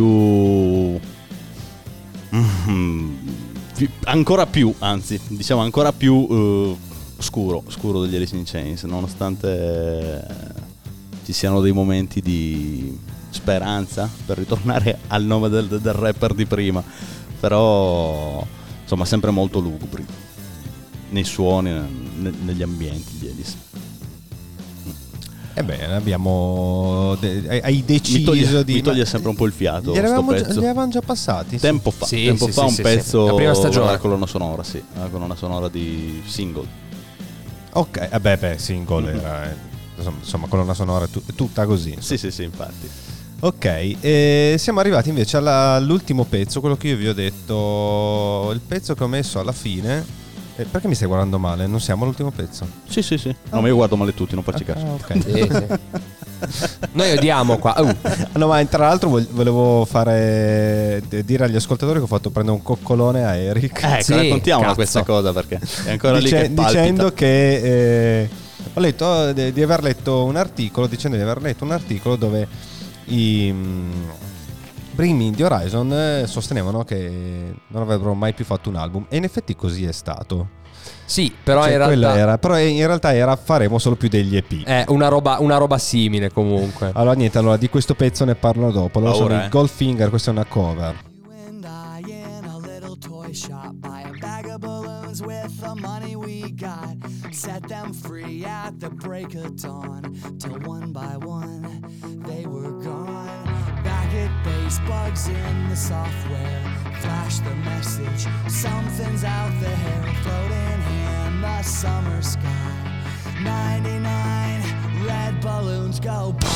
mm, più ancora più, anzi diciamo ancora più uh, scuro scuro degli Alice in Chains, nonostante ci siano dei momenti di speranza per ritornare al nome del, del rapper di prima, però insomma sempre molto lugubri nei suoni, ne, negli ambienti di Alice. Ebbene, abbiamo de- hai deciso mi toglie, di mi toglie sempre un po' il fiato. Li avevamo, sto già, pezzo. li avevamo già passati. Tempo fa, Sì, tempo sì, fa sì, un sì, pezzo sì. La prima stagione. la colonna sonora, sì, la colonna sonora di Single. Ok, eh beh, beh, single era, eh, insomma, insomma, colonna sonora è, tu- è tutta così. insomma. Sì, sì, sì, infatti. Ok, e siamo arrivati invece alla- all'ultimo pezzo, quello che io vi ho detto, il pezzo che ho messo alla fine. Eh, perché mi stai guardando male? Non siamo all'ultimo pezzo. Sì, sì, sì. No, ma io guardo male tutti, non facci Ah, caso. ok. Sì, sì. Noi odiamo qua. Uh. No, ma tra l'altro vol- volevo fare eh, dire agli ascoltatori che ho fatto prendere un coccolone a Eric. Ecco, Sì, raccontiamola cazzo. questa cosa perché è ancora Dice- lì che palpita. dicendo che eh, ho letto di, di aver letto un articolo, dicendo di aver letto un articolo dove i mm, Bring Me the Horizon eh, sostenevano che non avrebbero mai più fatto un album, e in effetti così è stato. Sì, però Cioè, in quella realtà era, però in realtà era faremo solo più degli E P. è una roba, una roba simile comunque. Allora niente, allora di questo pezzo ne parlo dopo. Allora Paura, sono eh. i Goldfinger, questa è una cover. You and I in a little toy shop, buy a bag of balloons with the money we got, set them free at the break of dawn, till one by one they were gone. Back at base, bugs in the software, flash the message, something's out there, floating in the summer sky. ninety-nine red balloons go by.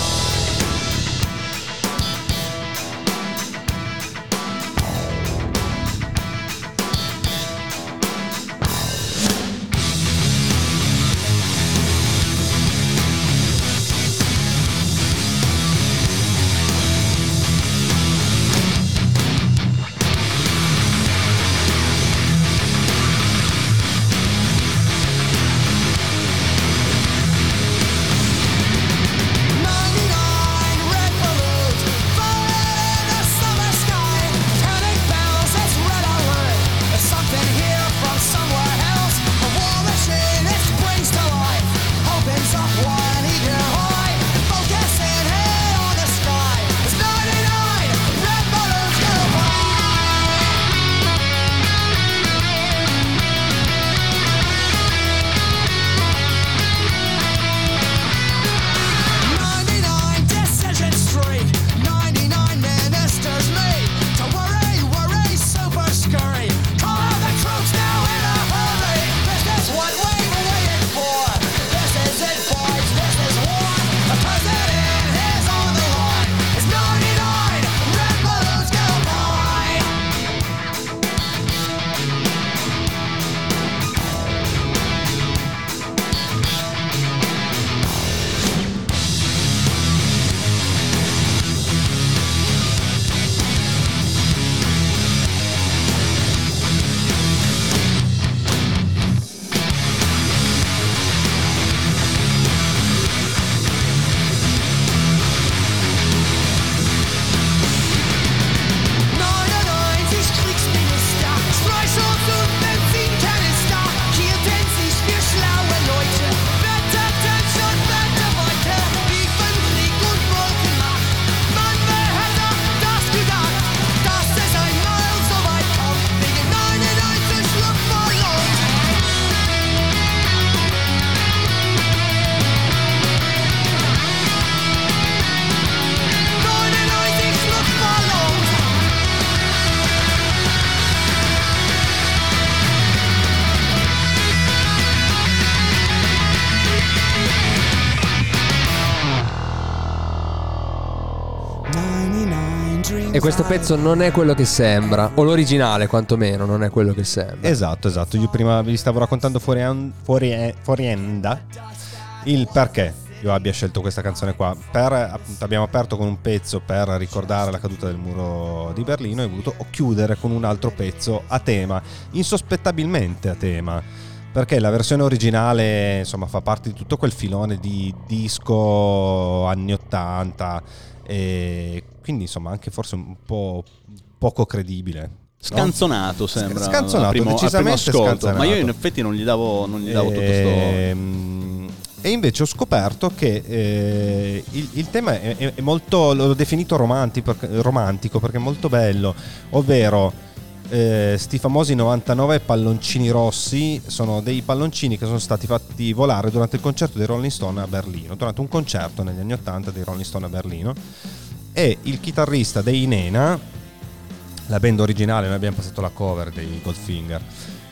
che questo pezzo non è quello che sembra, o l'originale quantomeno non è quello che sembra. Esatto, esatto. Io prima vi stavo raccontando fuori, fuori, fuorienda il perché io abbia scelto questa canzone qua. Per, appunto, abbiamo aperto con un pezzo per ricordare la caduta del muro di Berlino e ho voluto chiudere con un altro pezzo a tema, insospettabilmente a tema, perché la versione originale insomma fa parte di tutto quel filone di disco anni ottanta e quindi insomma anche forse un po' poco credibile. Scanzonato, no? Sembra scanzonato, a primo, decisamente a primo ascolto, scanzonato. ma io in effetti non gli davo, non gli davo e... tutto sto. E invece ho scoperto che eh, il, il tema è, è, è molto, l'ho definito romantico, romantico perché è molto bello, ovvero eh, sti famosi novantanove palloncini rossi sono dei palloncini che sono stati fatti volare durante il concerto dei Rolling Stone a Berlino, durante un concerto negli anni ottanta dei Rolling Stone a Berlino, e il chitarrista dei Nena, la band originale, noi abbiamo passato la cover dei Goldfinger,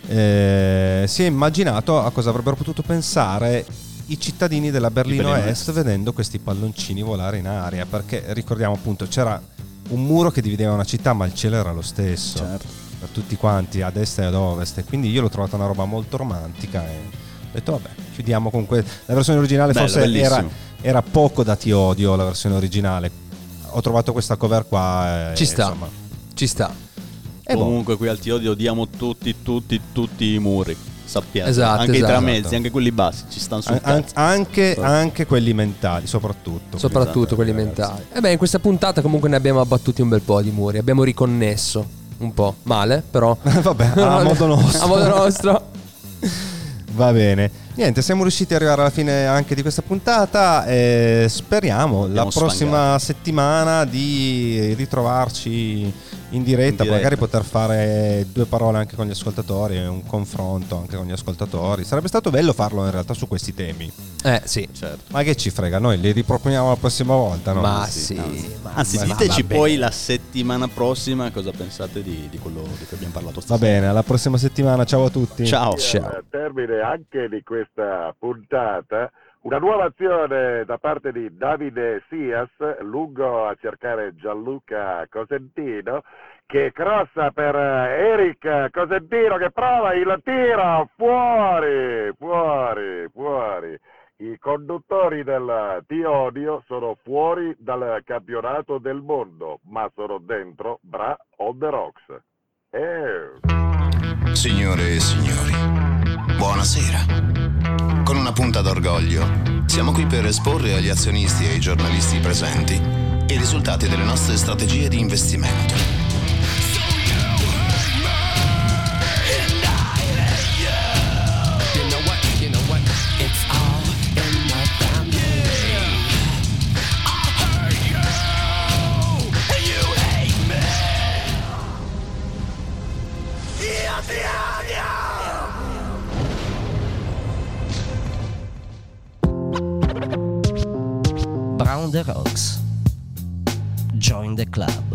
eh, si è immaginato a cosa avrebbero potuto pensare i cittadini della Berlino, Berlino Est, Est vedendo questi palloncini volare in aria, perché ricordiamo appunto c'era un muro che divideva una città ma il cielo era lo stesso, certo, per tutti quanti a destra e ad ovest, e quindi io l'ho trovata una roba molto romantica e ho detto vabbè, chiudiamo con que- la versione originale. Bello, forse era, era poco da ti odio la versione originale, ho trovato questa cover qua e, ci sta, insomma, ci sta. E comunque boh, qui al Ti Odio odiamo tutti tutti tutti i muri, sappiate, esatto, anche esatto. i tramezzi, anche quelli bassi ci stanno sul An- cazzo. anche, anche quelli mentali, soprattutto soprattutto esatto, quelli ragazzi. mentali. E beh, in questa puntata comunque ne abbiamo abbattuti un bel po' di muri, abbiamo riconnesso un po' male, però vabbè, a modo nostro. A modo nostro. Va bene. Niente, siamo riusciti ad arrivare alla fine anche di questa puntata e speriamo Abbiamo la prossima sfangato. settimana di ritrovarci in diretta, in diretta, magari poter fare due parole anche con gli ascoltatori, un confronto anche con gli ascoltatori. Sarebbe stato bello farlo in realtà su questi temi. Eh sì, certo. Ma che ci frega, noi li riproponiamo la prossima volta, no? Ma sì, sì, anzi, ma anzi ma diteci va poi bene. la settimana prossima cosa pensate di, di quello di cui abbiamo parlato stasera. Va bene, alla prossima settimana, ciao a tutti. Ciao. Ciao. Al termine anche di questa puntata, una nuova azione da parte di Davide Sias, lungo a cercare Gianluca Cosentino, che crossa per Eric Cosentino che prova il tiro, fuori, fuori, fuori. I conduttori del Ti Odio sono fuori dal campionato del mondo, ma sono dentro Bra on the Rocks. Eh. Signore e signori, buonasera. Con una punta d'orgoglio, siamo qui per esporre agli azionisti e ai giornalisti presenti i risultati delle nostre strategie di investimento. Brown the Rocks. Join the club.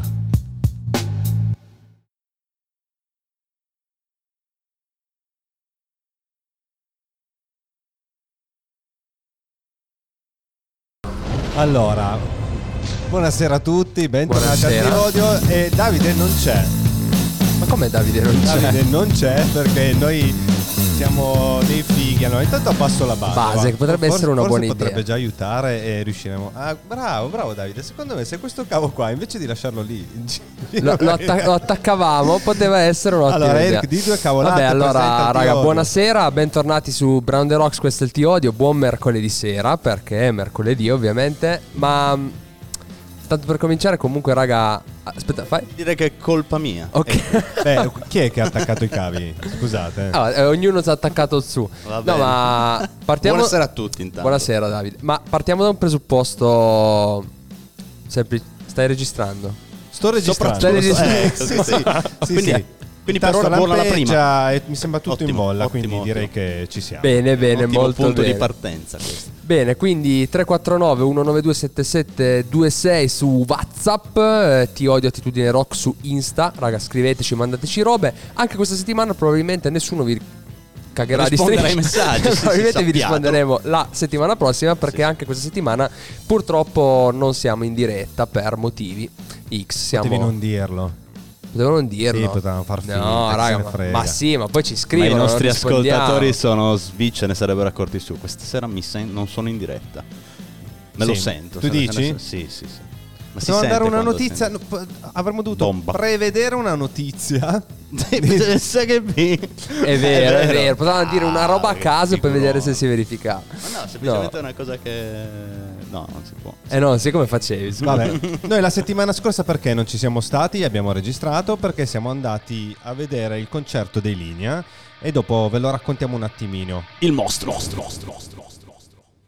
Allora, buonasera a tutti, bentornati al Ti Buonasera. Odio. E Davide non c'è. Ma come Davide non c'è? Davide non c'è perché noi siamo dei fighi. Allora, intanto abbasso la base. Base, va. che potrebbe Forse- essere una forse buona potrebbe idea. già aiutare e riusciremo. Ah, bravo, bravo Davide. Secondo me se questo cavo qua, invece di lasciarlo lì in giro- Lo, lo atta- lo attaccavamo, poteva essere un'ottima Allora, idea. Eric, di due cavolate. Vabbè, presenta allora, il Ti raga, Odio. buonasera, bentornati su Brown the Rocks, questo è il Ti Odio, buon mercoledì sera, perché è mercoledì ovviamente, ma mh, tanto per cominciare comunque, raga, aspetta, fai? Direi che è colpa mia. Ok. Beh, chi è che ha attaccato i cavi? Scusate. Ah, eh, ognuno si è attaccato il suo. Va No, bene. ma partiamo. Buonasera a tutti intanto. Buonasera, Davide. Ma partiamo da un presupposto semplice. Stai registrando? Sto registrando. Stai registrando. Eh, ecco, sì, sì. Sì, Quindi, sì. quindi Il per tasto ora vola la prima. lampeggia e mi sembra tutto in Ottimo, bolla, ottimo, quindi ottimo. direi che ci siamo. Bene, bene, Ottimo molto punto bene. di partenza questo. Bene, quindi tre quattro nove uno nove due sette sette due sei su WhatsApp, eh, Ti Odio Attitudine Rock su Insta. Raga, scriveteci, mandateci robe. Anche questa settimana probabilmente nessuno vi cagherà di Risponderà striscia. ai messaggi, sì, sì, Probabilmente vi sappiate. risponderemo la settimana prossima, perché Sì. anche questa settimana purtroppo non siamo in diretta per motivi X. Siamo... Potevi non dirlo. Potevano non dirlo. Sì, potevano far finta. No, chi raga, se ne ma, frega. ma sì, ma poi ci scrivono. Ma i nostri non rispondiamo. ascoltatori sono switch, ne sarebbero accorti su. Questa sera mi sen- non sono in diretta. Me lo Sì. sento. Tu se ne- dici? se ne- Sì, sì, sì. Ma si Potevamo dare sente una quando notizia. senti. no, p- Avremmo dovuto Bomba. prevedere una notizia. Pensa che vi- È vero, è vero. Potevano dire una roba a Ah, che caso per figurone. vedere se si verificava. Ma no, semplicemente è una cosa che. No, non si può. Eh no, sai come facevi? scusa. Vabbè, noi la settimana scorsa perché non ci siamo stati? Abbiamo registrato perché siamo andati a vedere il concerto dei Linea e dopo ve lo raccontiamo un attimino. Il mostro. mostro, mostro, mostro.